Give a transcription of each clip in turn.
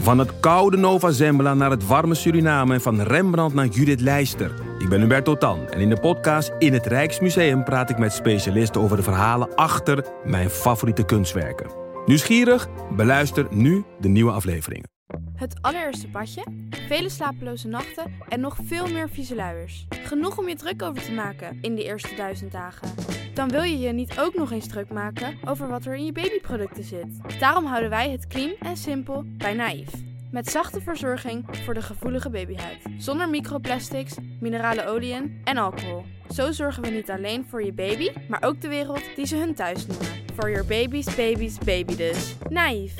Van het koude Nova Zembla naar het warme Suriname en van Rembrandt naar Judith Leister. Ik ben Hubert Totan en in de podcast In het Rijksmuseum praat ik met specialisten over de verhalen achter mijn favoriete kunstwerken. Nieuwsgierig? Beluister nu de nieuwe afleveringen. Het allereerste badje, vele slapeloze nachten en nog veel meer vieze luiers. Genoeg om je druk over te maken in de eerste 1000 dagen. Dan wil je je niet ook nog eens druk maken over wat er in je babyproducten zit. Daarom houden wij het clean en simpel bij Naïef. Met zachte verzorging voor de gevoelige babyhuid. Zonder microplastics, minerale oliën en alcohol. Zo zorgen we niet alleen voor je baby, maar ook de wereld die ze hun thuis noemen. For your baby's baby dus. Naïef.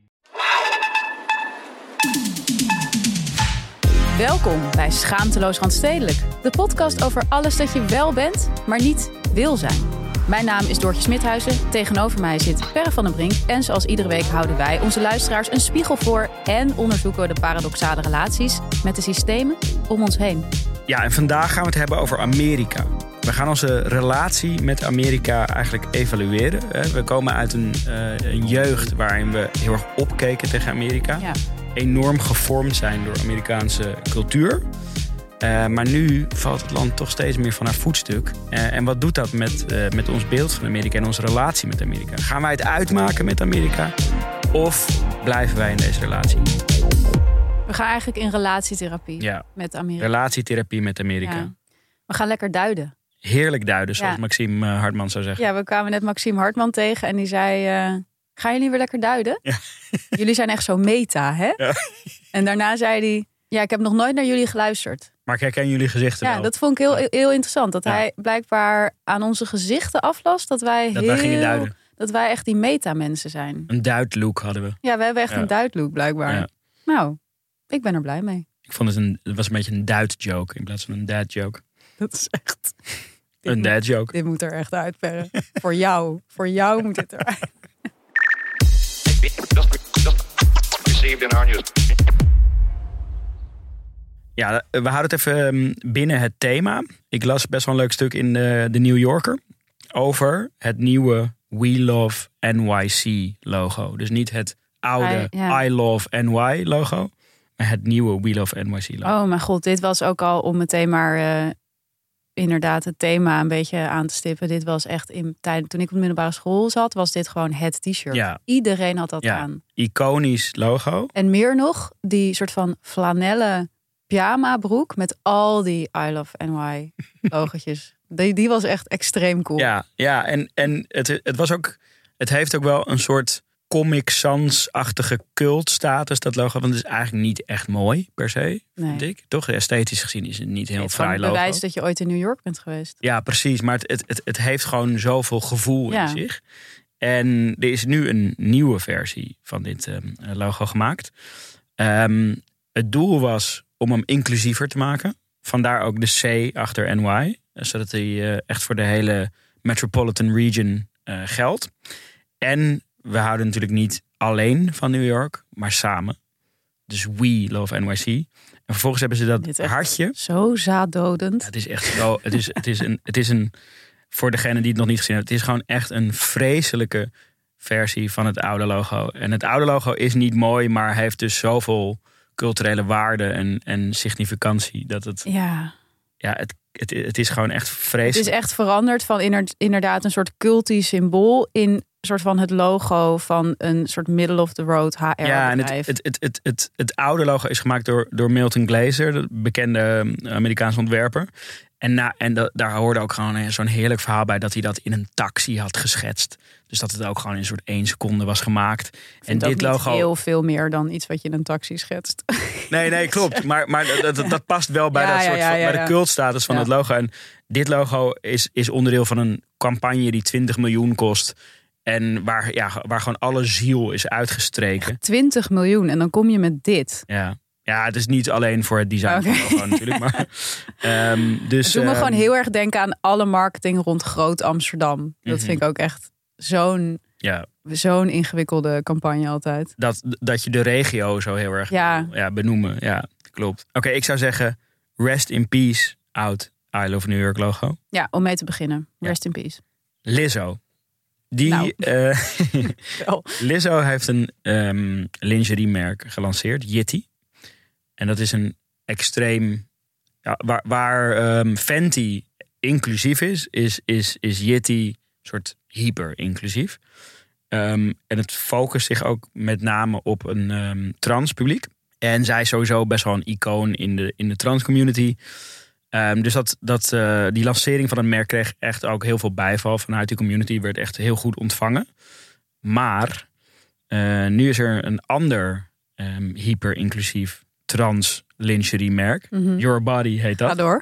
Welkom bij Schaamteloos Randstedelijk. De podcast over alles dat je wel bent, maar niet wil zijn. Mijn naam is Doortje Smithuizen. Tegenover mij zit Perre van den Brink. En zoals iedere week houden wij onze luisteraars een spiegel voor en onderzoeken we de paradoxale relaties met de systemen om ons heen. Ja, en vandaag gaan we het hebben over Amerika. We gaan onze relatie met Amerika eigenlijk evalueren. We komen uit een jeugd waarin we heel erg opkeken tegen Amerika. Ja. Enorm gevormd zijn door Amerikaanse cultuur. Maar nu valt het land toch steeds meer van haar voetstuk. En wat doet dat met ons beeld van Amerika en onze relatie met Amerika? Gaan wij het uitmaken met Amerika? Of blijven wij in deze relatie? We gaan eigenlijk in relatietherapie met Amerika. Relatietherapie met Amerika. Ja. We gaan lekker duiden. Heerlijk duiden, zoals Maxime Hartman zou zeggen. Ja, we kwamen net Maxime Hartman tegen en die zei... gaan jullie weer lekker duiden? Ja. Jullie zijn echt zo meta, hè? Ja. En daarna zei hij... Ja, ik heb nog nooit naar jullie geluisterd. Maar ik herken jullie gezichten wel. Ja, dat vond ik heel interessant. Dat hij blijkbaar aan onze gezichten aflas dat wij gingen duiden. Dat wij echt die meta-mensen zijn. Een duidlook hadden we. Ja, we hebben echt een duidlook blijkbaar. Ja. Nou, ik ben er blij mee. Ik vond het was een beetje een duid-joke in plaats van een dad-joke. Dat is echt... Een dad-joke. Dit moet er echt uit, Perre. Voor jou. Voor jou moet dit eruit. Ja, we houden het even binnen het thema. Ik las best wel een leuk stuk in de New Yorker over het nieuwe We Love NYC logo. Dus niet het oude I Love NY logo, maar het nieuwe We Love NYC logo. Oh mijn god, dit was ook al om meteen maar inderdaad het thema een beetje aan te stippen. Dit was echt toen ik op de middelbare school zat, was dit gewoon het t-shirt. Ja. Iedereen had dat aan. Iconisch logo. En meer nog, die soort van flanellen pyjama broek met al die I Love NY logotjes. Die was echt extreem cool. Ja, en het was ook, het heeft ook wel een soort Comic Sans-achtige cultstatus, dat logo. Want het is eigenlijk niet echt mooi, per se, vind ik. Toch, esthetisch gezien is het niet heel fraai logo. Het bewijs dat je ooit in New York bent geweest. Ja, precies. Maar het heeft gewoon zoveel gevoel in zich. En er is nu een nieuwe versie van dit logo gemaakt. Het doel was om hem inclusiever te maken. Vandaar ook de C achter NY. Zodat hij echt voor de hele metropolitan region geldt. En we houden natuurlijk niet alleen van New York, maar samen. Dus We Love NYC. En vervolgens hebben ze dat hartje. Zo zaaddodend. Ja, het is echt zo. Het is een. Voor degene die het nog niet gezien hebben. Het is gewoon echt een vreselijke versie van het oude logo. En het oude logo is niet mooi, maar heeft dus zoveel culturele waarde en significantie dat het. Het is gewoon echt vreselijk. Het is echt veranderd van inderdaad een soort cultisch symbool in een soort van het logo van een soort middle of the road HR bedrijf. En het oude logo is gemaakt door Milton Glaser, de bekende Amerikaanse ontwerper. En daar hoorde ook gewoon zo'n heerlijk verhaal bij dat hij dat in een taxi had geschetst. Dus dat het ook gewoon in een soort 1 seconde was gemaakt. En dit logo heel veel meer dan iets wat je in een taxi schetst. Nee, klopt. Maar dat past wel bij bij de cultstatus van het logo. En dit logo is onderdeel van een campagne die 20 miljoen kost. En waar gewoon alle ziel is uitgestreken. Echt 20 miljoen en dan kom je met dit. Ja, het is niet alleen voor het design van het logo natuurlijk. Maar, dus, doe me gewoon heel erg denken aan alle marketing rond Groot Amsterdam. Dat vind ik ook echt zo'n ingewikkelde campagne altijd. Dat je de regio zo heel erg wil benoemen. Ja, klopt. Oké, ik zou zeggen rest in peace, oud I Love New York logo. Ja, om mee te beginnen. Rest in peace. Lizzo. Lizzo heeft een lingeriemerk gelanceerd, Yitty. En dat is een extreem... Ja, waar Fenty inclusief is Yitty een soort hyper-inclusief. En het focust zich ook met name op een trans publiek. En zij is sowieso best wel een icoon in de trans community. Dus die lancering van het merk kreeg echt ook heel veel bijval vanuit die community. Werd echt heel goed ontvangen. Maar nu is er een ander hyper-inclusief trans lingerie merk. Mm-hmm. Your Body heet dat. Ga door.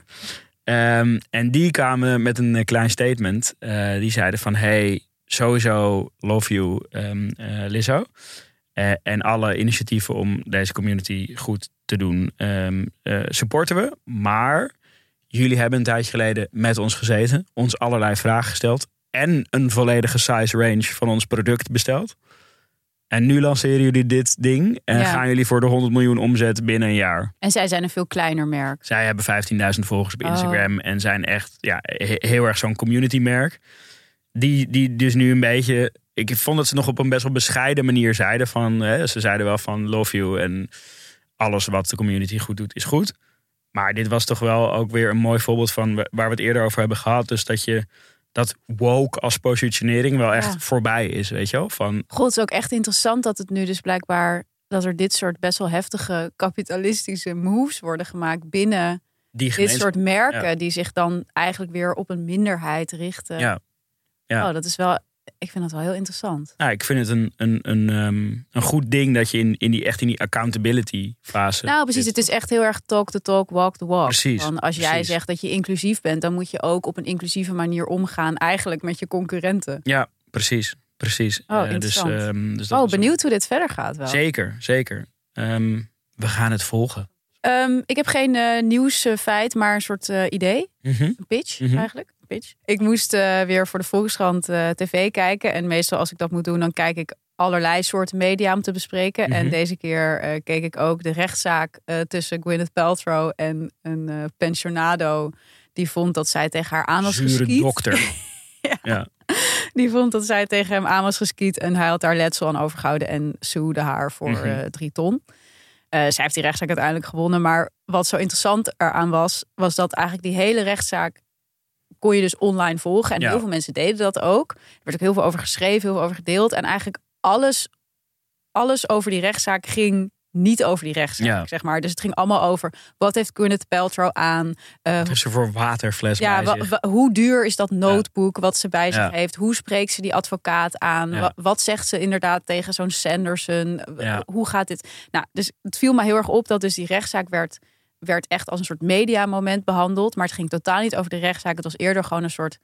En die kwamen met een klein statement. Die zeiden van sowieso love you Lizzo. En alle initiatieven om deze community goed te doen supporten we. Maar jullie hebben een tijdje geleden met ons gezeten. Ons allerlei vragen gesteld. En een volledige size range van ons product besteld. En nu lanceren jullie dit ding. En gaan jullie voor de 100 miljoen omzet binnen een jaar. En zij zijn een veel kleiner merk. Zij hebben 15.000 volgers op Instagram. En zijn echt heel erg zo'n community merk. Die dus nu een beetje... Ik vond dat ze nog op een best wel bescheiden manier zeiden. Ze zeiden wel van love you. En alles wat de community goed doet is goed. Maar dit was toch wel ook weer een mooi voorbeeld van waar we het eerder over hebben gehad. Dus dat woke als positionering wel echt voorbij is, weet je wel. God, het is ook echt interessant dat het nu dus blijkbaar... dat er dit soort best wel heftige kapitalistische moves worden gemaakt binnen dit soort merken. Ja. Die zich dan eigenlijk weer op een minderheid richten. Ja. Oh, dat is wel... Ik vind dat wel heel interessant. Ja, ik vind het een goed ding dat je in die accountability fase... Nou, precies. Het is echt heel erg talk the talk, walk the walk. Precies. Als jij zegt dat je inclusief bent, dan moet je ook op een inclusieve manier omgaan, eigenlijk met je concurrenten. Ja, precies. Oh, interessant. Dus benieuwd hoe dit verder gaat wel. Zeker. We gaan het volgen. Ik heb geen nieuwsfeit, maar een soort idee. Mm-hmm. Een pitch eigenlijk. Ik moest weer voor de Volkskrant tv kijken. En meestal als ik dat moet doen, dan kijk ik allerlei soorten media om te bespreken. Mm-hmm. En deze keer keek ik ook de rechtszaak tussen Gwyneth Paltrow en een pensionado. Die vond dat zij tegen haar aan was geskiet. Zure dokter. Ja. Die vond dat zij tegen hem aan was geskiet. En hij had daar letsel aan overgehouden en suede haar voor 3 ton. Zij heeft die rechtszaak uiteindelijk gewonnen. Maar wat zo interessant eraan was dat eigenlijk die hele rechtszaak kon je dus online volgen. En heel veel mensen deden dat ook. Er werd ook heel veel over geschreven, heel veel over gedeeld. En eigenlijk alles over die rechtszaak ging niet over die rechtszaak, zeg maar. Dus het ging allemaal over, wat heeft Gwyneth Paltrow aan? Wat is er voor waterfles bij zich? Hoe duur is dat notebook wat ze bij zich heeft? Hoe spreekt ze die advocaat aan? Ja. Wat zegt ze inderdaad tegen zo'n Sanderson? Hoe gaat dit? Nou, dus het viel me heel erg op dat dus die rechtszaak werd echt als een soort mediamoment behandeld. Maar het ging totaal niet over de rechtszaak. Het was eerder gewoon een soort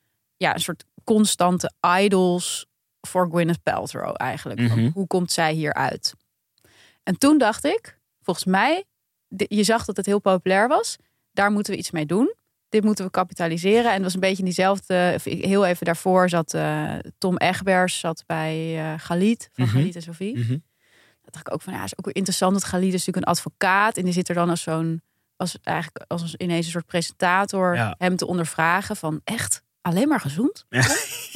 constante idols voor Gwyneth Paltrow eigenlijk. Mm-hmm. Hoe komt zij hier uit? En toen dacht ik, volgens mij, je zag dat het heel populair was. Daar moeten we iets mee doen. Dit moeten we kapitaliseren. En het was een beetje in diezelfde... Heel even daarvoor zat Tom Egbers zat bij Galit. Van Galit en Sophie. Mm-hmm. Dat dacht ik ook van, is ook weer interessant. Dat Galit is natuurlijk een advocaat. En die zit er dan als ineens een soort presentator hem te ondervragen van echt alleen maar gezond. Ja.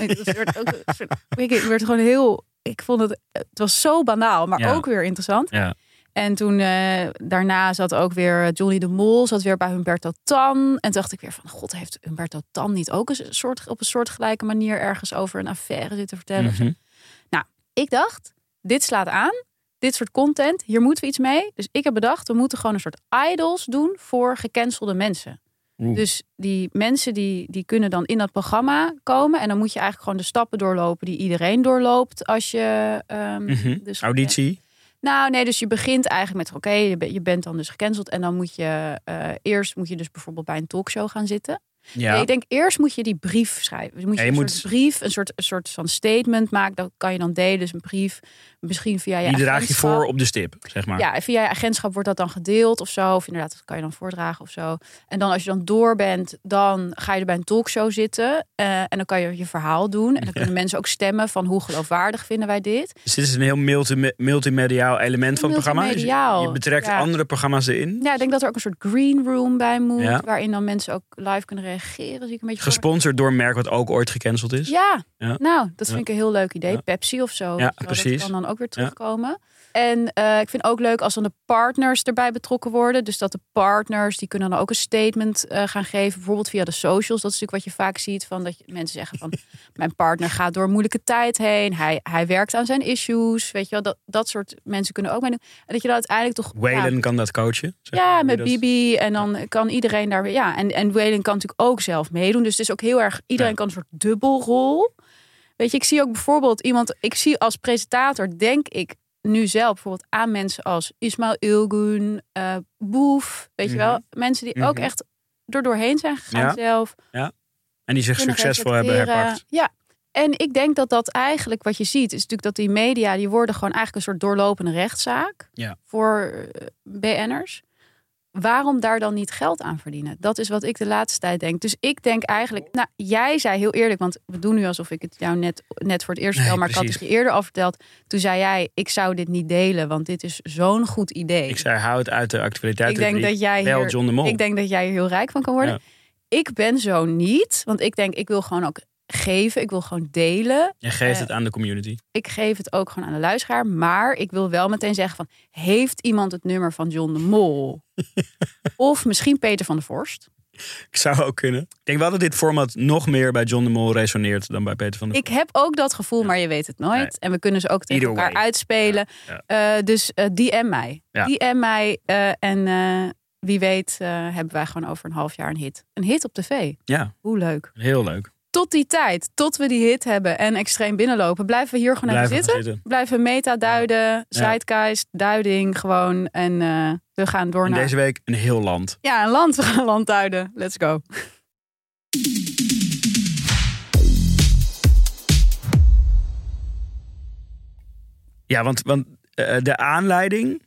Ik werd gewoon heel... Ik vond het was zo banaal, maar ook weer interessant. Ja. En toen daarna zat ook weer Johnny de Mol, zat weer bij Humberto Tan. En toen dacht ik weer van, god, heeft Humberto Tan niet ook op een soortgelijke manier ergens over een affaire zitten vertellen? Mm-hmm. Nou, ik dacht, dit slaat aan. Dit soort content, hier moeten we iets mee. Dus ik heb bedacht, we moeten gewoon een soort idols doen voor gecancelde mensen. Dus die mensen die kunnen dan in dat programma komen. En dan moet je eigenlijk gewoon de stappen doorlopen die iedereen doorloopt. Als je... dus, auditie? Nou, nee, dus je begint eigenlijk met... je bent dan dus gecanceld. En dan moet je eerst dus bijvoorbeeld bij een talkshow gaan zitten. Ja. Nee, ik denk eerst moet je die brief schrijven. Dus moet je een soort brief, een soort van statement maken. Dat kan je dan delen. Dus een brief, misschien via je agentschap. Die draag je voor op de stip, zeg maar. Ja, via je agentschap wordt dat dan gedeeld of zo. Of inderdaad, dat kan je dan voordragen of zo. En dan als je dan door bent, dan ga je er bij een talkshow zitten. En dan kan je je verhaal doen. En dan kunnen mensen ook stemmen van hoe geloofwaardig vinden wij dit. Dus dit is een heel multimediaal element van het programma. Je betrekt andere programma's erin. Ja, ik denk dat er ook een soort green room bij moet. Ja. Waarin dan mensen ook live kunnen reageren. reageren. Zie ik een beetje gesponsord door een merk wat ook ooit gecanceld is. Ja. Nou, dat vind ik een heel leuk idee. Ja. Pepsi of zo. Ja, precies. Dat kan dan ook weer terugkomen. Ja. En ik vind ook leuk als dan de partners erbij betrokken worden. Dus dat de partners, die kunnen dan ook een statement gaan geven. Bijvoorbeeld via de socials. Dat is natuurlijk wat je vaak ziet. Van dat mensen zeggen van, mijn partner gaat door een moeilijke tijd heen. Hij werkt aan zijn issues. Weet je wel, dat soort mensen kunnen ook meedoen. En dat je dan uiteindelijk toch... Waylon kan dat coachen. Ja, met Bibi. En dan kan iedereen daar weer... Ja, en Waylon kan natuurlijk ook zelf meedoen. Dus het is ook heel erg... Iedereen kan een soort dubbelrol. Weet je, ik zie ook bijvoorbeeld iemand... Ik zie als presentator, denk ik... nu zelf bijvoorbeeld aan mensen als Ismail Ilgun, Boef, weet je wel. Mensen die ook echt doorheen zijn gegaan zelf. Ja, en die zich succesvol hebben herpakt. Ja, en ik denk dat eigenlijk wat je ziet... is natuurlijk dat die media, die worden gewoon eigenlijk een soort doorlopende rechtszaak... voor BN'ers. Waarom daar dan niet geld aan verdienen? Dat is wat ik de laatste tijd denk. Dus ik denk eigenlijk... Nou, jij zei heel eerlijk... want we doen nu alsof ik het jou net voor het eerst vertel... maar precies. Ik had het je eerder al verteld. Toen zei jij, ik zou dit niet delen... want dit is zo'n goed idee. Ik zei, hou het uit de actualiteit. Ik denk dat jij hier, John de Mol. Ik denk dat jij hier heel rijk van kan worden. Ja. Ik ben zo niet. Want ik denk, ik wil gewoon ook geven. Ik wil gewoon delen. Je geeft het aan de community. Ik geef het ook gewoon aan de luisteraar. Maar ik wil wel meteen zeggen van... heeft iemand het nummer van John de Mol? Of misschien Peter van der Vorst? Ik zou ook kunnen. Ik denk wel dat dit format nog meer bij John de Mol resoneert dan bij Peter van der Vorst. Ik heb ook dat gevoel, maar je weet het nooit. Nee. En we kunnen ze ook tegen elkaar uitspelen. Ja. Dus DM mij. Ja. DM mij en wie weet hebben wij gewoon over een half jaar een hit. Een hit op tv. Ja. Hoe leuk. Heel leuk. Tot die tijd, tot we die hit hebben en extreem binnenlopen, blijven we hier gewoon even zitten. Blijven meta duiden, zeitgeist, duiding gewoon. En we gaan door naar... Deze week een heel land. Ja, een land. We gaan een land duiden. Let's go. Ja, want de aanleiding...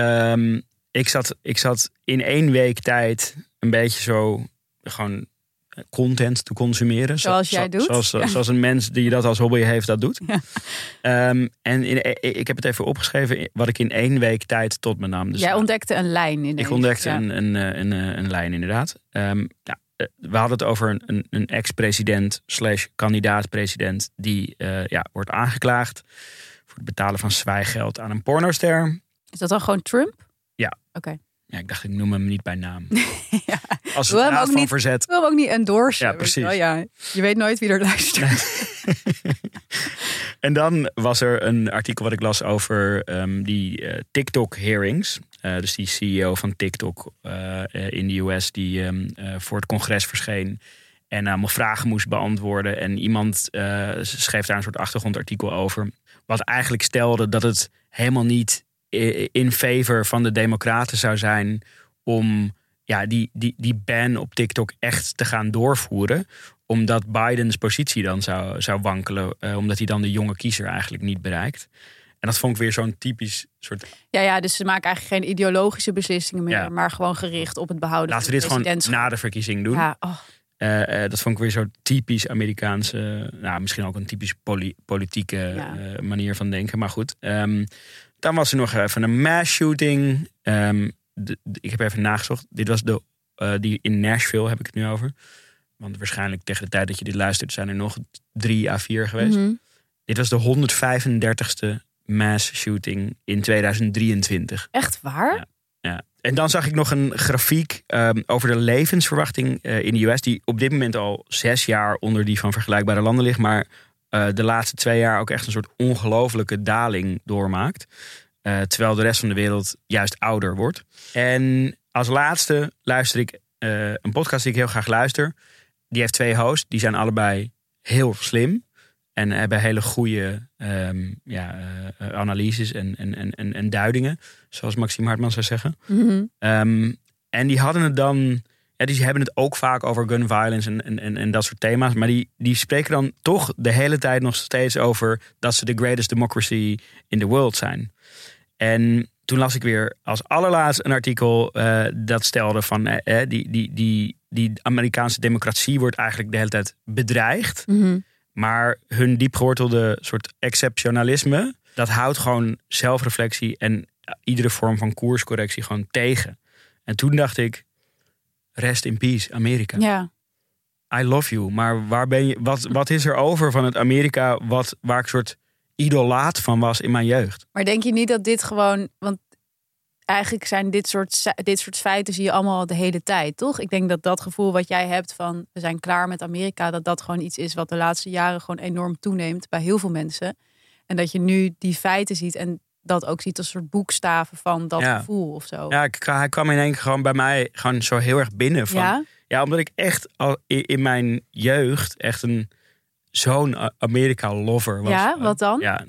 Ik zat in 1 week tijd een beetje zo gewoon... content te consumeren. Zoals jij doet. Zoals een mens die dat als hobby heeft, dat doet. Ja. En ik heb het even opgeschreven wat ik in 1 week tijd tot me nam. Dus jij ontdekte een lijn ineens. Ik ontdekte een lijn inderdaad. We hadden het over een ex-president / kandidaat-president die wordt aangeklaagd voor het betalen van zwijggeld aan een pornoster. Is dat dan gewoon Trump? Ja. Oké. Ja, ik dacht, ik noem hem niet bij naam. Ja. Als het raad van verzet. We hebben ook niet endorsen. Ja, precies. Ja, je weet nooit wie er luistert. En dan was er een artikel wat ik las over die TikTok-hearings. Dus die CEO van TikTok in de US die voor het congres verscheen. En allemaal vragen moest beantwoorden. En iemand schreef daar een soort achtergrondartikel over. Wat eigenlijk stelde dat het helemaal niet in favor van de democraten zou zijn om die ban op TikTok echt te gaan doorvoeren. Omdat Bidens positie dan zou wankelen. Omdat hij dan de jonge kiezer eigenlijk niet bereikt. En dat vond ik weer zo'n typisch soort... Ja, dus ze maken eigenlijk geen ideologische beslissingen meer. Maar gewoon gericht op het behouden van de presidentschap. Laten we dit gewoon na de verkiezing doen. Ja, dat vond ik weer zo typisch Amerikaanse... misschien ook een typisch politieke manier van denken. Maar goed. Dan was er nog even een mass shooting. Ik heb even nagezocht. Dit was die in Nashville heb ik het nu over. Want waarschijnlijk tegen de tijd dat je dit luistert... zijn er nog 3 à 4 geweest. Mm-hmm. Dit was de 135ste mass shooting in 2023. Echt waar? Ja. En dan zag ik nog een grafiek over de levensverwachting in de US... die op dit moment al 6 jaar onder die van vergelijkbare landen ligt... maar de laatste 2 jaar ook echt een soort ongelofelijke daling doormaakt. Terwijl de rest van de wereld juist ouder wordt. En als laatste luister ik een podcast die ik heel graag luister. Die heeft 2 hosts. Die zijn allebei heel slim. En hebben hele goede analyses en duidingen. Zoals Maxime Hartman zou zeggen. Mm-hmm. En die hadden het dan... Ja, die hebben het ook vaak over gun violence en dat soort thema's. Maar die spreken dan toch de hele tijd nog steeds over... dat ze de greatest democracy in the world zijn. En toen las ik weer als allerlaatst een artikel dat stelde van... die Amerikaanse democratie wordt eigenlijk de hele tijd bedreigd. Mm-hmm. Maar hun diepgewortelde soort exceptionalisme... dat houdt gewoon zelfreflectie en iedere vorm van koerscorrectie gewoon tegen. En toen dacht ik... Rest in peace, Amerika. Ja. I love you. Maar waar ben je? Wat is er over van het Amerika waar ik een soort idolaat van was in mijn jeugd? Maar denk je niet dat dit gewoon... Want eigenlijk zijn dit soort feiten zie je allemaal de hele tijd, toch? Ik denk dat gevoel wat jij hebt van we zijn klaar met Amerika, dat gewoon iets is wat de laatste jaren gewoon enorm toeneemt bij heel veel mensen. En dat je nu die feiten ziet en dat ook ziet als een soort boekstaven van dat gevoel of zo. Ja, hij kwam in één keer gewoon bij mij gewoon zo heel erg binnen. Van, ja, omdat ik echt al in mijn jeugd echt zo'n Amerika-lover was. Ja, wat dan? Ja,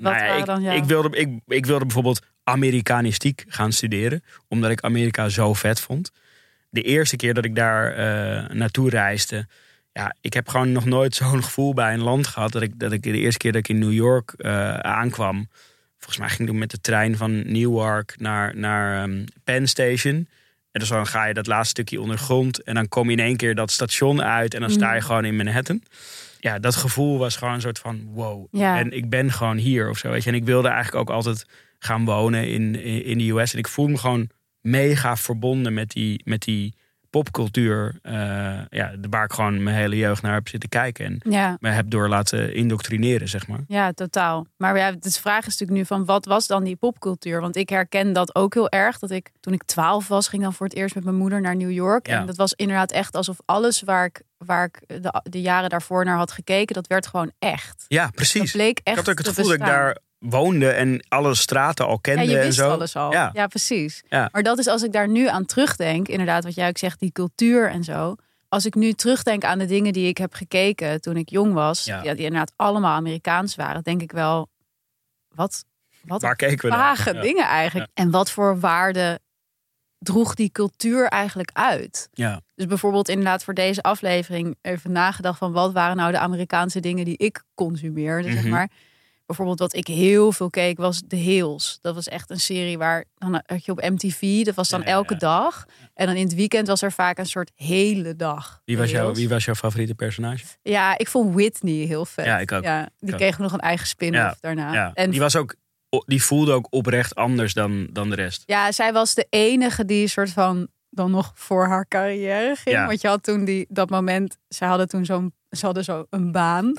ik wilde bijvoorbeeld Amerikanistiek gaan studeren, omdat ik Amerika zo vet vond. De eerste keer dat ik daar naartoe reisde, ik heb gewoon nog nooit zo'n gevoel bij een land gehad dat ik de eerste keer dat ik in New York aankwam. Volgens mij ging ik toen met de trein van Newark naar Penn Station. En dus dan ga je dat laatste stukje ondergrond en dan kom je in één keer dat station uit en dan sta je gewoon in Manhattan. Ja, dat gevoel was gewoon een soort van wow. Ja. En ik ben gewoon hier of zo, weet je. En ik wilde eigenlijk ook altijd gaan wonen in de US. En ik voel me gewoon mega verbonden met die popcultuur. Waar ik gewoon mijn hele jeugd naar heb zitten kijken. En me heb door laten indoctrineren, zeg maar. Ja, totaal. Maar de vraag is natuurlijk nu van wat was dan die popcultuur? Want ik herken dat ook heel erg. Dat ik toen ik 12 was, ging dan voor het eerst met mijn moeder naar New York. Ja. En dat was inderdaad echt alsof alles waar ik de jaren daarvoor naar had gekeken, dat werd gewoon echt. Ja, precies. Dat bleek echt. Ik had ook het gevoel dat ik daar woonde en alle straten al kende. Ja, je wist en zo. Alles al. Ja, precies. Ja. Maar dat is als ik daar nu aan terugdenk, inderdaad wat jij ook zegt, die cultuur en zo. Als ik nu terugdenk aan de dingen die ik heb gekeken toen ik jong was, die inderdaad allemaal Amerikaans waren, denk ik wel, wat waar keken we vage dingen eigenlijk. Ja. En wat voor waarde droeg die cultuur eigenlijk uit? Ja. Dus bijvoorbeeld inderdaad voor deze aflevering even nagedacht van wat waren nou de Amerikaanse dingen die ik consumeerde, zeg maar. Bijvoorbeeld wat ik heel veel keek was The Hills. Dat was echt een serie waar dan had je op MTV. Dat was dan elke dag. En dan in het weekend was er vaak een soort hele dag. Wie was jouw favoriete personage? Ja, ik vond Whitney heel vet. Ja, ik ook. Ja, die kreeg nog een eigen spin-off daarna. Ja. En die voelde ook oprecht anders dan de rest. Ja, zij was de enige die soort van dan nog voor haar carrière ging. Ja. Want je had toen dat moment, ze hadden zo een baan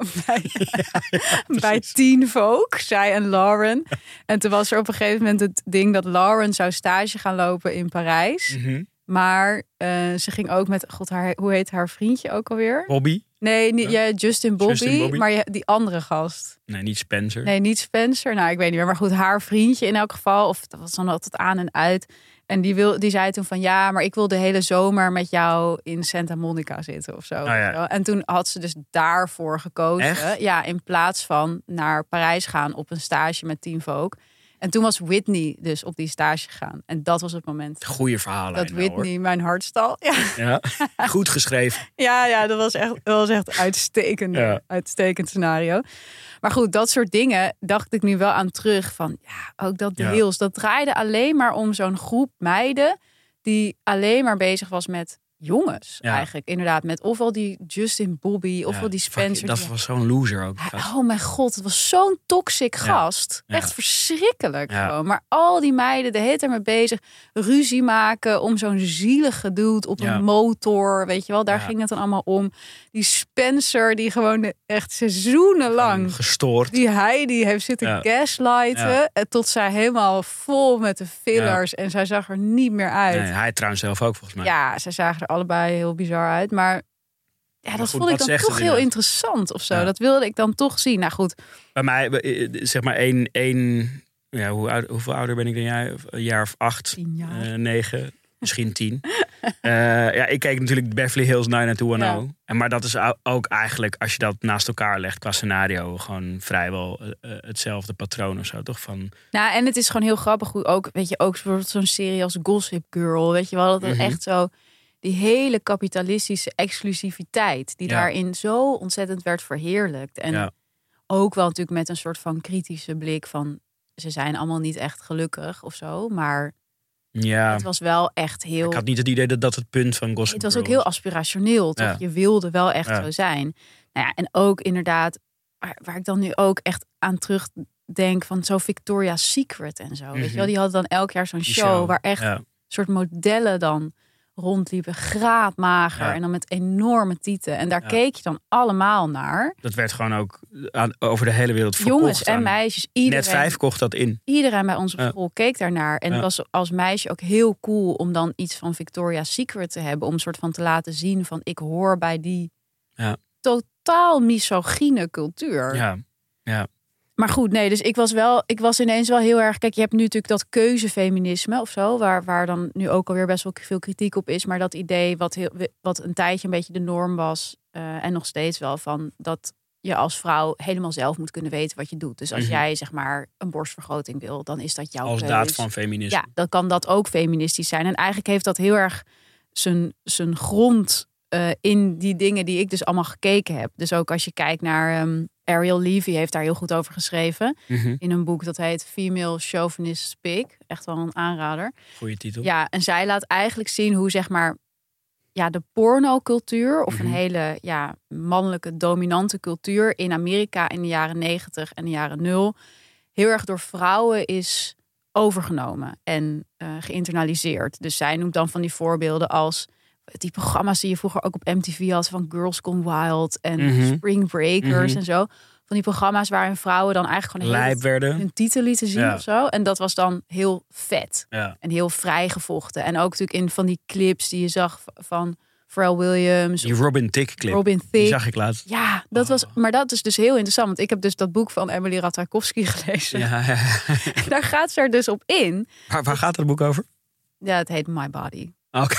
bij Teen Vogue, zij en Lauren. En toen was er op een gegeven moment het ding dat Lauren zou stage gaan lopen in Parijs. Mm-hmm. Maar ze ging ook met, hoe heet haar vriendje ook alweer? Bobby? Nee, Justin Bobby. Maar die andere gast. Nee, niet Spencer. Nou, ik weet niet meer. Maar goed, haar vriendje in elk geval. Of dat was dan altijd aan en uit. En die zei toen van maar ik wil de hele zomer met jou in Santa Monica zitten of zo. Oh, ja. En toen had ze dus daarvoor gekozen. Echt? Ja, in plaats van naar Parijs gaan op een stage met Teen Vogue. En toen was Whitney dus op die stage gegaan. En dat was het moment. Goeie verhalen. Dat Whitney mijn hart stal. Ja. Goed geschreven. Ja, dat was echt uitstekend scenario. Maar goed, dat soort dingen dacht ik nu wel aan terug. Van ook dat The Hills. Dat draaide alleen maar om zo'n groep meiden die alleen maar bezig was met jongens eigenlijk. Inderdaad, met ofwel die Justin Bobby, ofwel die Spencer. Dat was zo'n loser ook. Oh mijn god, het was zo'n toxic gast. Ja. Echt verschrikkelijk gewoon. Maar al die meiden, de hele tijd mee bezig. Ruzie maken om zo'n zielige dude op een motor. Weet je wel, daar ging het dan allemaal om. Die Spencer, die gewoon echt seizoenenlang gestoord. Die Heidi heeft zitten gaslighten. Tot zij helemaal vol met de fillers. En zij zag er niet meer uit. Nee, hij trouwens zelf ook volgens mij. Ja, zij zagen er allebei heel bizar uit. Maar dat vond ik dan toch heel interessant of zo. Ja. Dat wilde ik dan toch zien. Nou goed. Bij mij, zeg maar hoeveel ouder ben ik dan jij? Een jaar of 8, 9, misschien 10. Ik keek natuurlijk Beverly Hills 90210. Ja. Maar dat is ook eigenlijk, als je dat naast elkaar legt qua scenario, gewoon vrijwel hetzelfde patroon of zo, toch? Nou, en het is gewoon heel grappig hoe ook, weet je, ook bijvoorbeeld zo'n serie als Gossip Girl, weet je wel, dat echt zo die hele kapitalistische exclusiviteit die daarin zo ontzettend werd verheerlijkt. En ook wel natuurlijk met een soort van kritische blik van ze zijn allemaal niet echt gelukkig of zo, maar het was wel echt heel. Ik had niet het idee dat het punt van Gossip Girl was ook heel aspirationeel, toch? Ja. Je wilde wel echt zo zijn. Nou ja, en ook inderdaad, waar ik dan nu ook echt aan terugdenk van zo Victoria's Secret en zo. Weet je wel, die hadden dan elk jaar zo'n show waar echt soort modellen dan rondliepen, graadmager en dan met enorme tieten. En daar keek je dan allemaal naar. Dat werd gewoon ook over de hele wereld verkocht. Jongens en meisjes, iedereen. Net 5 kocht dat in. Iedereen bij ons op school keek daarnaar. En het was als meisje ook heel cool om dan iets van Victoria's Secret te hebben. Om een soort van te laten zien van ik hoor bij die totaal misogyne cultuur. Ja. Maar goed, nee, dus ik was ineens wel heel erg... Kijk, je hebt nu natuurlijk dat keuzefeminisme of zo... waar dan nu ook alweer best wel veel kritiek op is. Maar dat idee wat een tijdje een beetje de norm was... en nog steeds wel van dat je als vrouw helemaal zelf moet kunnen weten wat je doet. Dus als jij zeg maar een borstvergroting wil, dan is dat jouw als keus. daad van feminisme. Ja, dan kan dat ook feministisch zijn. En eigenlijk heeft dat heel erg zijn grond in die dingen die ik dus allemaal gekeken heb. Dus ook als je kijkt naar... Ariel Levy heeft daar heel goed over geschreven. In een boek dat heet Female Chauvinist Speak. Echt wel een aanrader. Goeie titel. Ja, en zij laat eigenlijk zien hoe zeg maar... Ja, de pornocultuur of een hele mannelijke dominante cultuur... in Amerika in de jaren 90 en de jaren 0... heel erg door vrouwen is overgenomen en geïnternaliseerd. Dus zij noemt dan van die voorbeelden als... die programma's die je vroeger ook op MTV had... van Girls Gone Wild en Spring Breakers en zo. Van die programma's waarin vrouwen dan eigenlijk gewoon... lijp werden. Hun titel lieten zien of zo. En dat was dan heel vet. Ja. En heel vrijgevochten. En ook natuurlijk in van die clips die je zag van Pharrell Williams. Die Robin Thicke clip. Robin Thicke. Die zag ik laatst. Ja, dat was... Maar dat is dus heel interessant. Want ik heb dus dat boek van Emily Ratajkowski gelezen. Ja. En daar gaat ze er dus op in. Waar gaat het boek over? Ja, het heet My Body. Oké.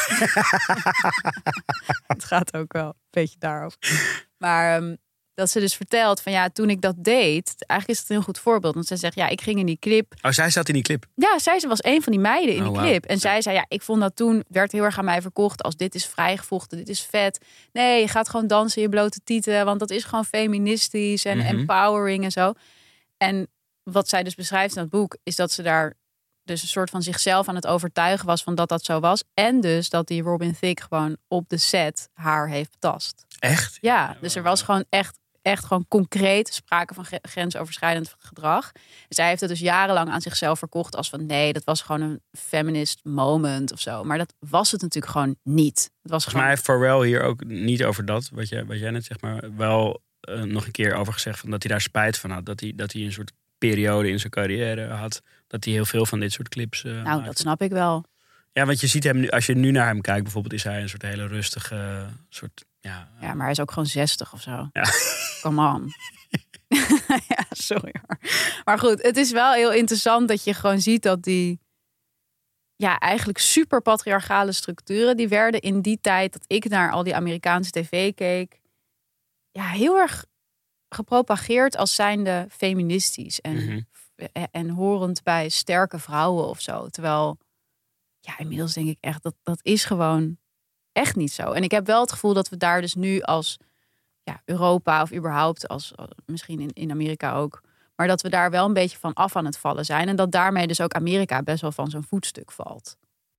Het gaat ook wel een beetje daarover. Maar dat ze dus vertelt van ja, toen ik dat deed... Eigenlijk is het een heel goed voorbeeld. Want zij zegt, ja, ik ging in die clip. Oh, zij zat in die clip? Ja, zij was een van die meiden in die clip. En zij zei, ja, ik vond dat toen... werd heel erg aan mij verkocht als dit is vrijgevochten, dit is vet. Nee, je gaat gewoon dansen in je blote tieten. Want dat is gewoon feministisch en empowering en zo. En wat zij dus beschrijft in dat boek... is dat ze daar... dus een soort van zichzelf aan het overtuigen was van dat zo was. En dus dat die Robin Thicke gewoon op de set haar heeft betast. Echt? Ja, dus er was gewoon echt gewoon concreet sprake van grensoverschrijdend gedrag. Zij heeft het dus jarenlang aan zichzelf verkocht als van nee, dat was gewoon een feminist moment of zo. Maar dat was het natuurlijk gewoon niet. Het was volgens mij heeft Pharrell hier ook niet over dat, wat jij net zeg maar, wel nog een keer over gezegd van dat hij daar spijt van had. Dat hij een soort periode in zijn carrière had dat hij heel veel van dit soort clips maakte. Dat snap ik wel. Ja, want je ziet hem nu, als je nu naar hem kijkt bijvoorbeeld, is hij een soort hele rustige soort... Ja, maar hij is ook gewoon 60 of zo. Ja. Come on. Ja, sorry hoor. Maar goed, het is wel heel interessant dat je gewoon ziet dat die... ja, eigenlijk super patriarchale structuren... die werden in die tijd dat ik naar al die Amerikaanse tv keek... ja, heel erg gepropageerd als zijnde feministisch. En horend bij sterke vrouwen of zo. Terwijl, ja, inmiddels denk ik echt dat is gewoon echt niet zo. En ik heb wel het gevoel dat we daar dus nu als Europa of überhaupt als misschien in Amerika ook, maar dat we daar wel een beetje van af aan het vallen zijn. En dat daarmee dus ook Amerika best wel van zijn voetstuk valt.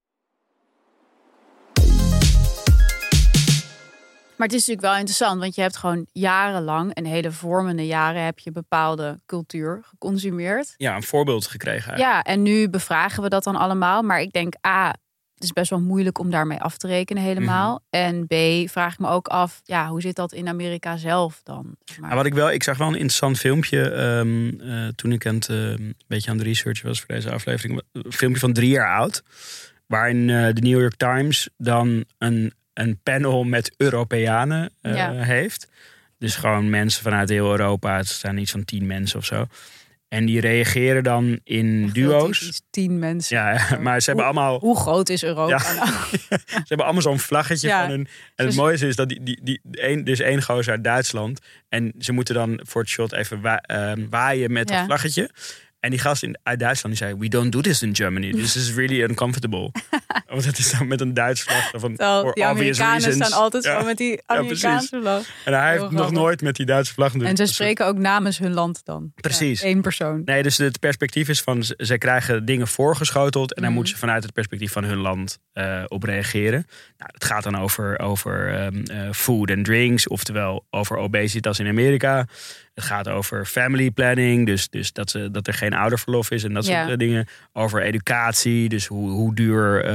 Maar het is natuurlijk wel interessant, want je hebt gewoon jarenlang, en hele vormende jaren, heb je bepaalde cultuur geconsumeerd. Ja, een voorbeeld gekregen eigenlijk. Ja, en nu bevragen we dat dan allemaal. Maar ik denk, het is best wel moeilijk om daarmee af te rekenen helemaal. En B, vraag ik me ook af, hoe zit dat in Amerika zelf dan? Maar... Ik zag wel een interessant filmpje toen ik een beetje aan de research was voor deze aflevering. Een filmpje van 3 jaar oud, waarin de New York Times dan een panel met Europeanen heeft. Dus gewoon mensen vanuit heel Europa. Het zijn iets van 10 mensen of zo. En die reageren dan in duo's. 10 mensen. Ja, maar ze hebben allemaal... Hoe groot is Europa nou? Ze hebben allemaal zo'n vlaggetje van hun. En het mooiste is dat er is één gozer uit Duitsland. En ze moeten dan voor het shot even waaien met dat vlaggetje. En die gast uit Duitsland die zei... We don't do this in Germany. This is really uncomfortable. Want het is dan met een Duits vlag. Die Amerikanen staan altijd zo met die Amerikaanse vlag. En hij heeft nog nooit met die Duitse vlag. En ze spreken ook namens hun land dan. Precies. 1 persoon. Nee, dus het perspectief is van... Ze krijgen dingen voorgeschoteld. En daar moeten ze vanuit het perspectief van hun land op reageren. Nou, het gaat dan over food and drinks. Oftewel over obesitas in Amerika. Het gaat over family planning, dus dat er geen ouderverlof is en dat soort dingen. Over educatie, dus hoe duur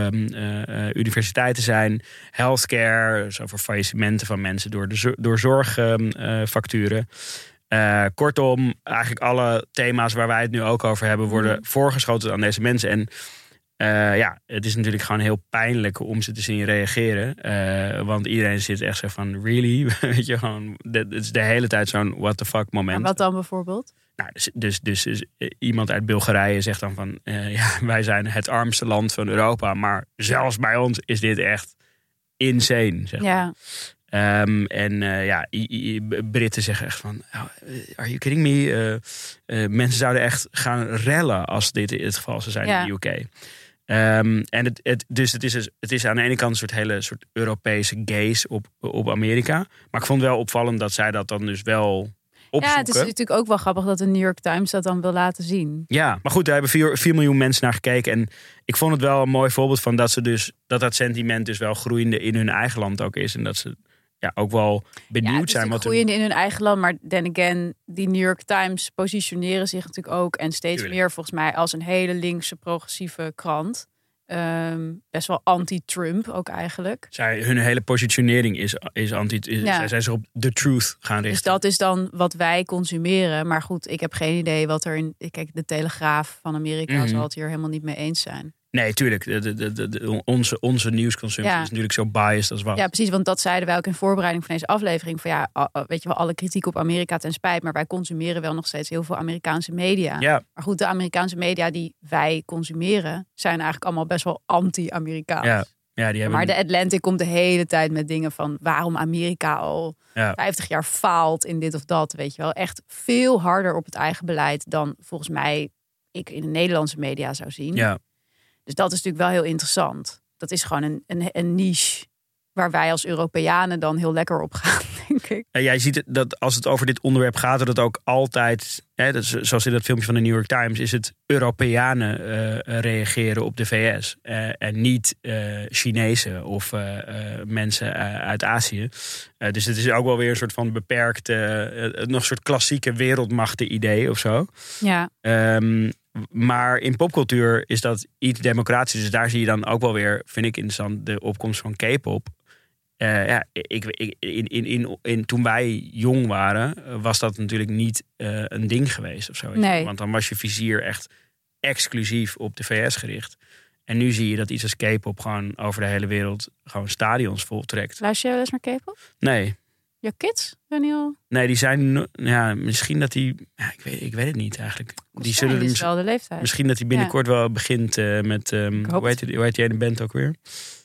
universiteiten zijn. Healthcare, dus over faillissementen van mensen door zorgfacturen. Kortom, eigenlijk alle thema's waar wij het nu ook over hebben worden voorgeschoten aan deze mensen. En het is natuurlijk gewoon heel pijnlijk om ze te zien reageren. Want iedereen zit echt zo van, really? Weet je, gewoon, het is de hele tijd zo'n what the fuck moment. Maar wat dan bijvoorbeeld? Nou, dus iemand uit Bulgarije zegt dan van, wij zijn het armste land van Europa. Maar zelfs bij ons is dit echt insane, zeg maar. Britten zeggen echt van, are you kidding me? Mensen zouden echt gaan rellen als dit het geval zou zijn in de UK. Het is aan de ene kant een soort hele soort Europese gaze op Amerika. Maar ik vond het wel opvallend dat zij dat dan dus wel opzoeken. Ja, het is natuurlijk ook wel grappig dat de New York Times dat dan wil laten zien. Ja, maar goed, daar hebben 4 miljoen mensen naar gekeken. En ik vond het wel een mooi voorbeeld van dat sentiment dus wel groeiende in hun eigen land ook is. En dat ze ook wel benieuwd zijn. Wat groeiende in hun eigen land, maar then again, die New York Times positioneren zich natuurlijk ook en steeds meer volgens mij als een hele linkse progressieve krant. Best wel anti-Trump ook eigenlijk. Hun hele positionering is anti. Zij zijn zich op the truth gaan richten. Dus dat is dan wat wij consumeren. Maar goed, ik heb geen idee wat er in. Kijk, de Telegraaf van Amerika zal het hier helemaal niet mee eens zijn. Nee, tuurlijk. Onze nieuwsconsumptie is natuurlijk zo biased als wat. Ja, precies. Want dat zeiden wij ook in voorbereiding van deze aflevering. Van weet je wel, alle kritiek op Amerika ten spijt. Maar wij consumeren wel nog steeds heel veel Amerikaanse media. Ja. Maar goed, de Amerikaanse media die wij consumeren zijn eigenlijk allemaal best wel anti-Amerikaans. Ja, die hebben... Maar de Atlantic komt de hele tijd met dingen van waarom Amerika al 50 jaar faalt in dit of dat. Weet je wel, echt veel harder op het eigen beleid dan volgens mij ik in de Nederlandse media zou zien. Ja. Dus dat is natuurlijk wel heel interessant. Dat is gewoon een niche waar wij als Europeanen dan heel lekker op gaan, denk ik. En jij ziet dat als het over dit onderwerp gaat, dat het ook altijd, zoals in dat filmpje van de New York Times, is het Europeanen reageren op de VS. En niet Chinezen of mensen uit Azië. Dus het is ook wel weer een soort van beperkt, nog een soort klassieke wereldmachten idee of zo. Ja. Maar in popcultuur is dat iets democratisch. Dus daar zie je dan ook wel weer, vind ik interessant, de opkomst van K-pop. Toen wij jong waren, was dat natuurlijk niet een ding geweest of zo. Nee. Want dan was je vizier echt exclusief op de VS gericht. En nu zie je dat iets als K-pop gewoon over de hele wereld gewoon stadions voltrekt. Luister je wel eens naar K-pop? Nee. Je kids? Daniel? Nee, die zijn... Ja, misschien dat die... Ja, ik weet het niet eigenlijk. Die zullen is wel de leeftijd. Misschien dat hij binnenkort wel begint met... hoe heet jij de band ook weer?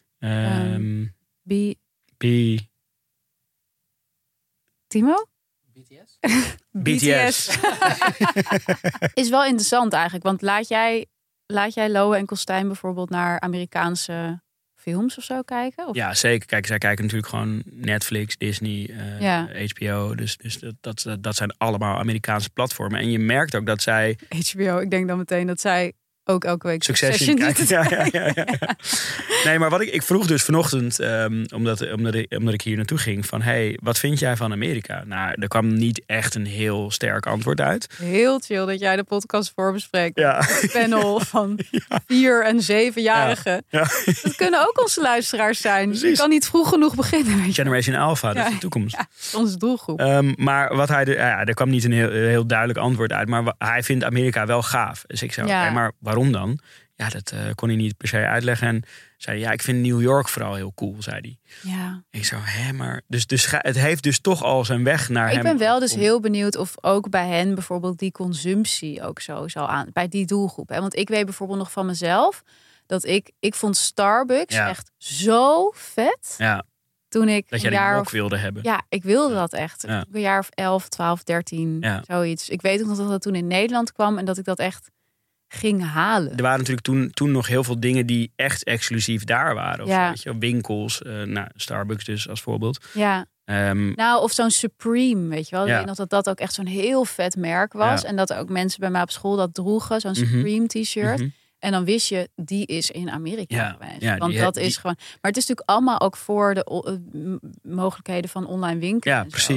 Timo? BTS? BTS. Is wel interessant eigenlijk. Want laat jij Lowe en Kostijn bijvoorbeeld naar Amerikaanse films of zo kijken? Of? Ja, zeker. Kijk, zij kijken natuurlijk gewoon Netflix, Disney, HBO. Dus dat zijn allemaal Amerikaanse platformen. En je merkt ook dat zij... HBO, ik denk dan meteen dat zij ook elke week Succession kijken. Ja. Nee, maar wat ik vroeg dus vanochtend, omdat ik hier naartoe ging, van wat vind jij van Amerika? Nou, er kwam niet echt een heel sterk antwoord uit. Heel chill dat jij de podcast voorbespreekt. Ja. Een panel van 4 en 7-jarigen. Ja. Dat kunnen ook onze luisteraars zijn. Precies. Je kan niet vroeg genoeg beginnen. Weet je. Generation Alpha, dat is de toekomst. Ja, onze doelgroep. Maar wat hij er kwam niet een heel duidelijk antwoord uit. Maar hij vindt Amerika wel gaaf. Dus ik zei, maar waarom dan? Ja, dat kon hij niet per se uitleggen. En zei ik vind New York vooral heel cool, zei hij. Ja. Ik zo, maar... Dus het heeft dus toch al zijn weg naar hem. Ik ben wel dus heel benieuwd of ook bij hen bijvoorbeeld die consumptie ook zo zal aan... Bij die doelgroep. Hè? Want ik weet bijvoorbeeld nog van mezelf dat ik vond Starbucks echt zo vet. Ja. Toen ik dat jij die mok wilde hebben. Ja, ik wilde dat echt. Ja. Een jaar of 11, 12, 13, zoiets. Ik weet ook nog dat dat toen in Nederland kwam en dat ik dat echt ging halen. Er waren natuurlijk toen nog heel veel dingen die echt exclusief daar waren. Of weet je, winkels, Starbucks dus als voorbeeld. Ja. Of zo'n Supreme, weet je wel. Ik weet nog dat ook echt zo'n heel vet merk was. Ja. En dat ook mensen bij mij op school dat droegen. Zo'n Supreme t-shirt. Mm-hmm. En dan wist je, die is in Amerika geweest. Ja, want dat is gewoon... Maar het is natuurlijk allemaal ook voor de mogelijkheden van online winkelen. Ja, precies.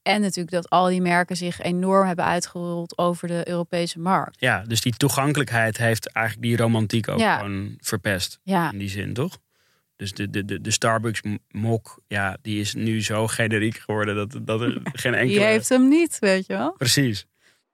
En natuurlijk dat al die merken zich enorm hebben uitgerold over de Europese markt. Ja, dus die toegankelijkheid heeft eigenlijk die romantiek ook gewoon verpest. Ja. In die zin, toch? Dus de Starbucks mok, ja, die is nu zo generiek geworden dat er geen enkele... Die heeft hem niet, weet je wel. Precies.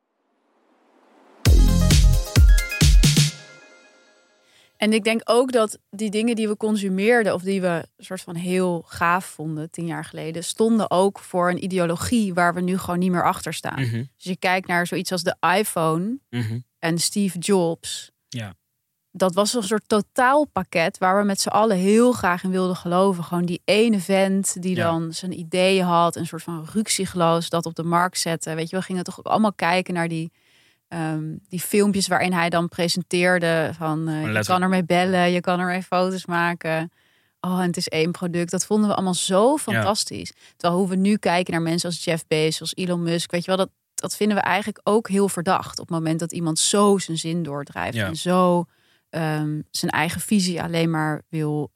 En ik denk ook dat die dingen die we consumeerden, of die we soort van heel gaaf vonden 10 jaar geleden, stonden ook voor een ideologie waar we nu gewoon niet meer achter staan. Mm-hmm. Dus je kijkt naar zoiets als de iPhone en Steve Jobs. Ja. Dat was een soort totaalpakket waar we met z'n allen heel graag in wilden geloven. Gewoon die ene vent die dan zijn ideeën had, een soort van ruksigloos dat op de markt zette. Weet je, we gingen toch ook allemaal kijken naar die filmpjes waarin hij dan presenteerde van je kan ermee bellen, je kan ermee foto's maken. Oh, en het is 1 product. Dat vonden we allemaal zo fantastisch. Ja. Terwijl hoe we nu kijken naar mensen als Jeff Bezos, Elon Musk, weet je wel, dat vinden we eigenlijk ook heel verdacht. Op het moment dat iemand zo zijn zin doordrijft en zo zijn eigen visie alleen maar wil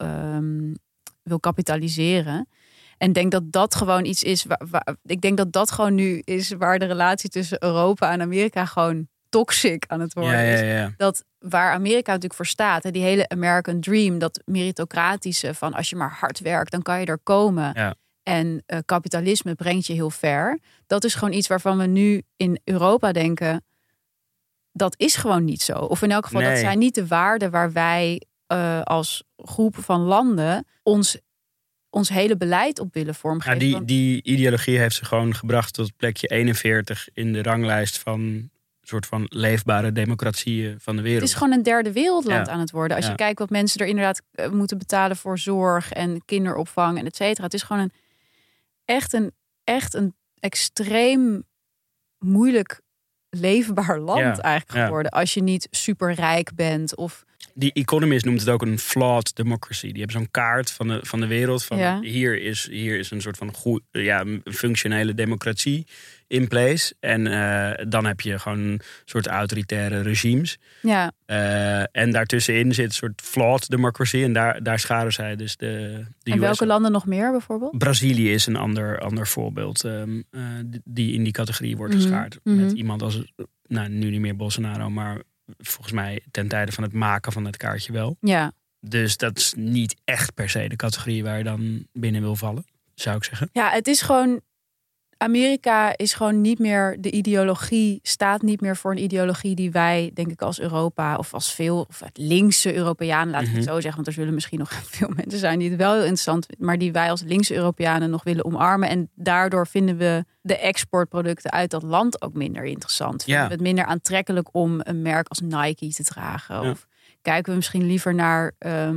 kapitaliseren. En denk dat dat gewoon iets is. Ik denk dat dat gewoon nu is waar de relatie tussen Europa en Amerika gewoon toxic aan het worden is. Ja. Dat waar Amerika natuurlijk voor staat. Hè, die hele American Dream. Dat meritocratische van als je maar hard werkt, dan kan je er komen. Ja. En kapitalisme brengt je heel ver. Dat is gewoon iets waarvan we nu in Europa denken, dat is gewoon niet zo. Of in elk geval, dat zijn niet de waarden waar wij als groep van landen ons hele beleid op willen vormgeven. Ja, die ideologie heeft ze gewoon gebracht tot plekje 41 in de ranglijst van een soort van leefbare democratieën van de wereld. Het is gewoon een derde wereldland aan het worden. Als je kijkt wat mensen er inderdaad moeten betalen voor zorg en kinderopvang en et cetera. Het is gewoon echt een extreem moeilijk leefbaar land eigenlijk geworden. Als je niet super rijk bent of... Die Economist noemt het ook een flawed democracy. Die hebben zo'n kaart van de wereld. Van hier is een soort van functionele democratie in place. En dan heb je gewoon een soort autoritaire regimes. Ja. En daartussenin zit een soort flawed democracy. En daar scharen zij dus de En welke landen nog meer bijvoorbeeld? Brazilië is een ander voorbeeld. Die in die categorie wordt geschaard. Met iemand als, nu niet meer Bolsonaro, maar volgens mij ten tijde van het maken van het kaartje wel. Ja. Dus dat is niet echt per se de categorie waar je dan binnen wil vallen, zou ik zeggen. Ja, het is gewoon... Amerika is gewoon niet meer de ideologie, staat niet meer voor een ideologie die wij, denk ik, als Europa of als het linkse Europeanen, laten we het zo zeggen, want er zullen misschien nog veel mensen zijn die het wel heel interessant vinden, maar die wij als linkse Europeanen nog willen omarmen. En daardoor vinden we de exportproducten uit dat land ook minder interessant. Vinden we het minder aantrekkelijk om een merk als Nike te dragen? Ja. Of kijken we misschien liever naar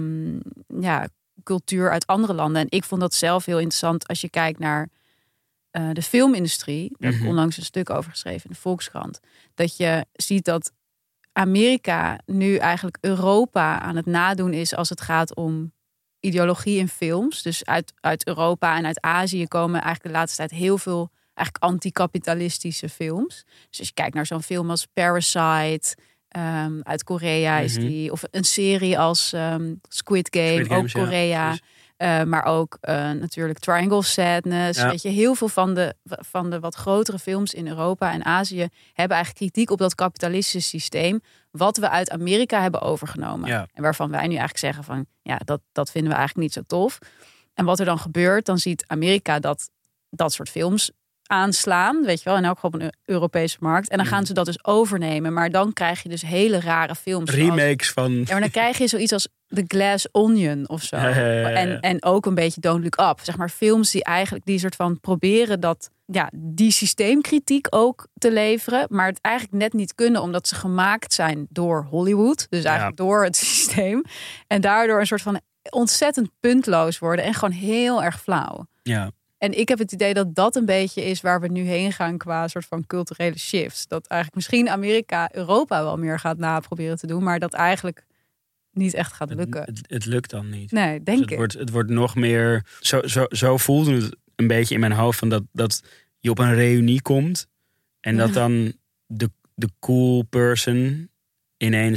cultuur uit andere landen? En ik vond dat zelf heel interessant als je kijkt naar de filmindustrie. Daar heb ik onlangs een stuk over geschreven in de Volkskrant. Dat je ziet dat Amerika nu eigenlijk Europa aan het nadoen is als het gaat om ideologie in films. Dus uit Europa en uit Azië komen eigenlijk de laatste tijd heel veel eigenlijk anticapitalistische films. Dus als je kijkt naar zo'n film als Parasite, uit Korea is die, of een serie als Squid Game, ook Korea. Maar ook natuurlijk Triangle of Sadness. Ja. Weet je, heel veel van de wat grotere films in Europa en Azië hebben eigenlijk kritiek op dat kapitalistische systeem, wat we uit Amerika hebben overgenomen. Ja. En waarvan wij nu eigenlijk zeggen van, dat vinden we eigenlijk niet zo tof. En wat er dan gebeurt, dan ziet Amerika dat soort films aanslaan, weet je wel, en ook op een Europese markt. En dan gaan ze dat dus overnemen. Maar dan krijg je dus hele rare films. Remakes van... Ja, maar dan krijg je zoiets als The Glass Onion of zo. Ja. En ook een beetje Don't Look Up. Zeg maar films die eigenlijk die soort van proberen die systeemkritiek ook te leveren. Maar het eigenlijk net niet kunnen, omdat ze gemaakt zijn door Hollywood. Dus eigenlijk door het systeem. En daardoor een soort van ontzettend puntloos worden. En gewoon heel erg flauw. Ja. En ik heb het idee dat dat een beetje is waar we nu heen gaan qua soort van culturele shifts. Dat eigenlijk misschien Amerika Europa wel meer gaat naproberen te doen, maar dat eigenlijk niet echt gaat lukken. Het lukt dan niet. Nee, denk ik. Het wordt nog meer... Zo voelde het een beetje in mijn hoofd van dat je op een reunie komt en dat dan de cool person ineens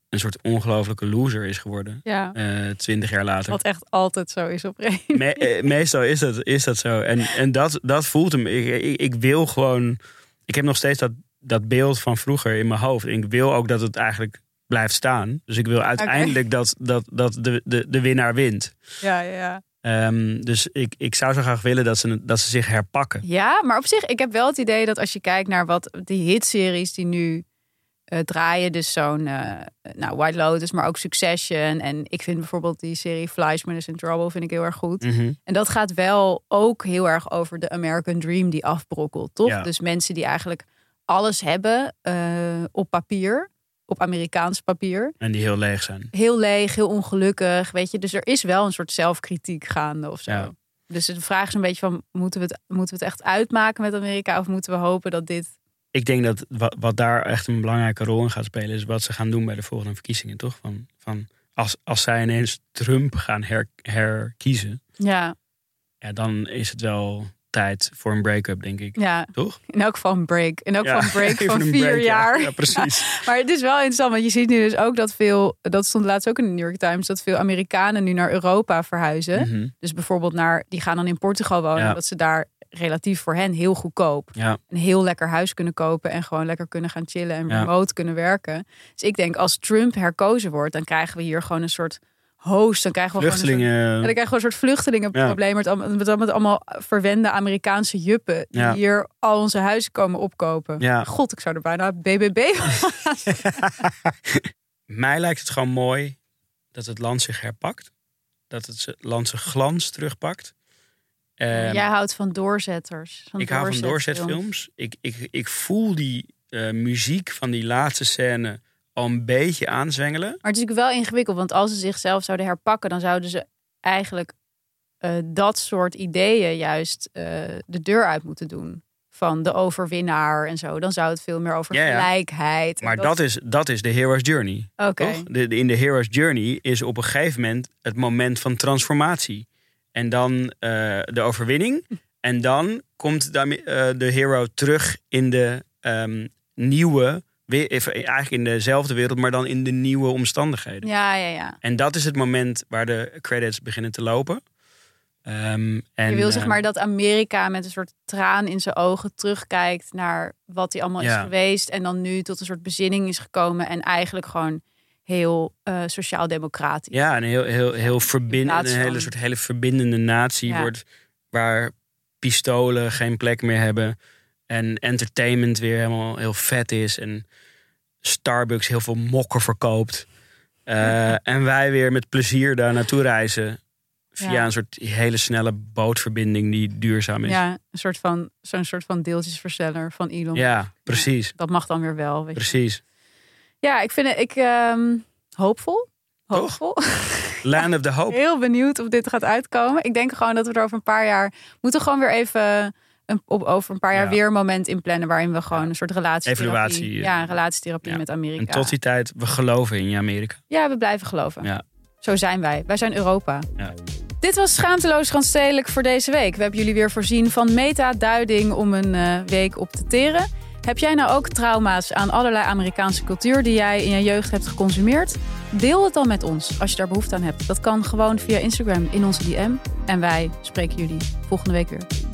een soort ongelofelijke loser is geworden. Ja. 20 jaar later. Wat echt altijd zo is op Meestal is dat zo. En dat voelt hem. Ik wil gewoon... Ik heb nog steeds dat beeld van vroeger in mijn hoofd. En ik wil ook dat het eigenlijk blijft staan. Dus ik wil uiteindelijk dat de winnaar wint. Ja. Dus ik zou zo graag willen dat ze zich herpakken. Ja, maar op zich, ik heb wel het idee dat als je kijkt naar wat die hitseries die nu draaien, dus zo'n White Lotus, maar ook Succession. En ik vind bijvoorbeeld die serie Fleischman is in Trouble vind ik heel erg goed. Mm-hmm. En dat gaat wel ook heel erg over de American Dream die afbrokkelt, toch? Ja. Dus mensen die eigenlijk alles hebben op papier, op Amerikaans papier. En die heel leeg zijn. Heel leeg, heel ongelukkig, weet je. Dus er is wel een soort zelfkritiek gaande of zo. Ja. Dus de vraag is een beetje van, moeten we het echt uitmaken met Amerika? Of moeten we hopen dat dit... Ik denk dat wat daar echt een belangrijke rol in gaat spelen... is wat ze gaan doen bij de volgende verkiezingen, toch? Van als zij ineens Trump gaan herkiezen... Ja, dan is het wel tijd voor een break-up, denk ik. Ja, toch? In elk geval een break. In elk geval een break van 4 jaar. Ja, precies. Maar het is wel interessant, want je ziet nu dus ook dat stond laatst ook in de New York Times, dat veel Amerikanen nu naar Europa verhuizen. Mm-hmm. Dus bijvoorbeeld die gaan dan in Portugal wonen, dat ze daar relatief voor hen heel goedkoop een heel lekker huis kunnen kopen en gewoon lekker kunnen gaan chillen en remote kunnen werken. Dus ik denk, als Trump herkozen wordt, dan krijgen we hier gewoon een soort host. Dan krijgen we gewoon een soort vluchtelingenprobleem met allemaal verwende Amerikaanse juppen die hier al onze huizen komen opkopen. Ja. God, ik zou er bijna BBB Mij lijkt het gewoon mooi dat het land zich herpakt. Dat het land zijn glans terugpakt. Jij houdt van doorzetters. Ik hou van doorzetfilms. Ik voel die muziek van die laatste scène al een beetje aanzwengelen. Maar het is natuurlijk wel ingewikkeld. Want als ze zichzelf zouden herpakken, dan zouden ze eigenlijk dat soort ideeën juist de deur uit moeten doen. Van de overwinnaar en zo. Dan zou het veel meer over gelijkheid. Maar dat is de hero's journey. Okay. In de hero's journey is op een gegeven moment het moment van transformatie. En dan de overwinning. En dan komt de hero terug in de nieuwe... Eigenlijk in dezelfde wereld, maar dan in de nieuwe omstandigheden. Ja. En dat is het moment waar de credits beginnen te lopen. Je wil zeg maar dat Amerika met een soort traan in zijn ogen terugkijkt naar wat hij allemaal is geweest. En dan nu tot een soort bezinning is gekomen. En eigenlijk gewoon heel sociaal-democratisch. Ja, en heel verbindend. Een hele verbindende natie wordt waar pistolen geen plek meer hebben. En entertainment weer helemaal heel vet is. En Starbucks heel veel mokken verkoopt. En wij weer met plezier daar naartoe reizen. Via een soort hele snelle bootverbinding die duurzaam is. Ja, zo'n soort van deeltjesversteller van Elon. Ja, precies. Dat mag dan weer wel. Weet precies. Je. Ja, ik vind het hoopvol. Hoopvol. Land of the Hope. Heel benieuwd of dit gaat uitkomen. Ik denk gewoon dat we er over een paar jaar... moeten gewoon weer even... over een paar jaar weer een moment inplannen waarin we gewoon een soort relatietherapie... een relatietherapie met Amerika. En tot die tijd, we geloven in Amerika. Ja, we blijven geloven. Ja. Zo zijn wij. Wij zijn Europa. Ja. Dit was Schaamteloos Randstedelijk voor deze week. We hebben jullie weer voorzien van meta-duiding om een week op te teren. Heb jij nou ook trauma's aan allerlei Amerikaanse cultuur die jij in je jeugd hebt geconsumeerd? Deel het dan met ons als je daar behoefte aan hebt. Dat kan gewoon via Instagram in onze DM. En wij spreken jullie volgende week weer.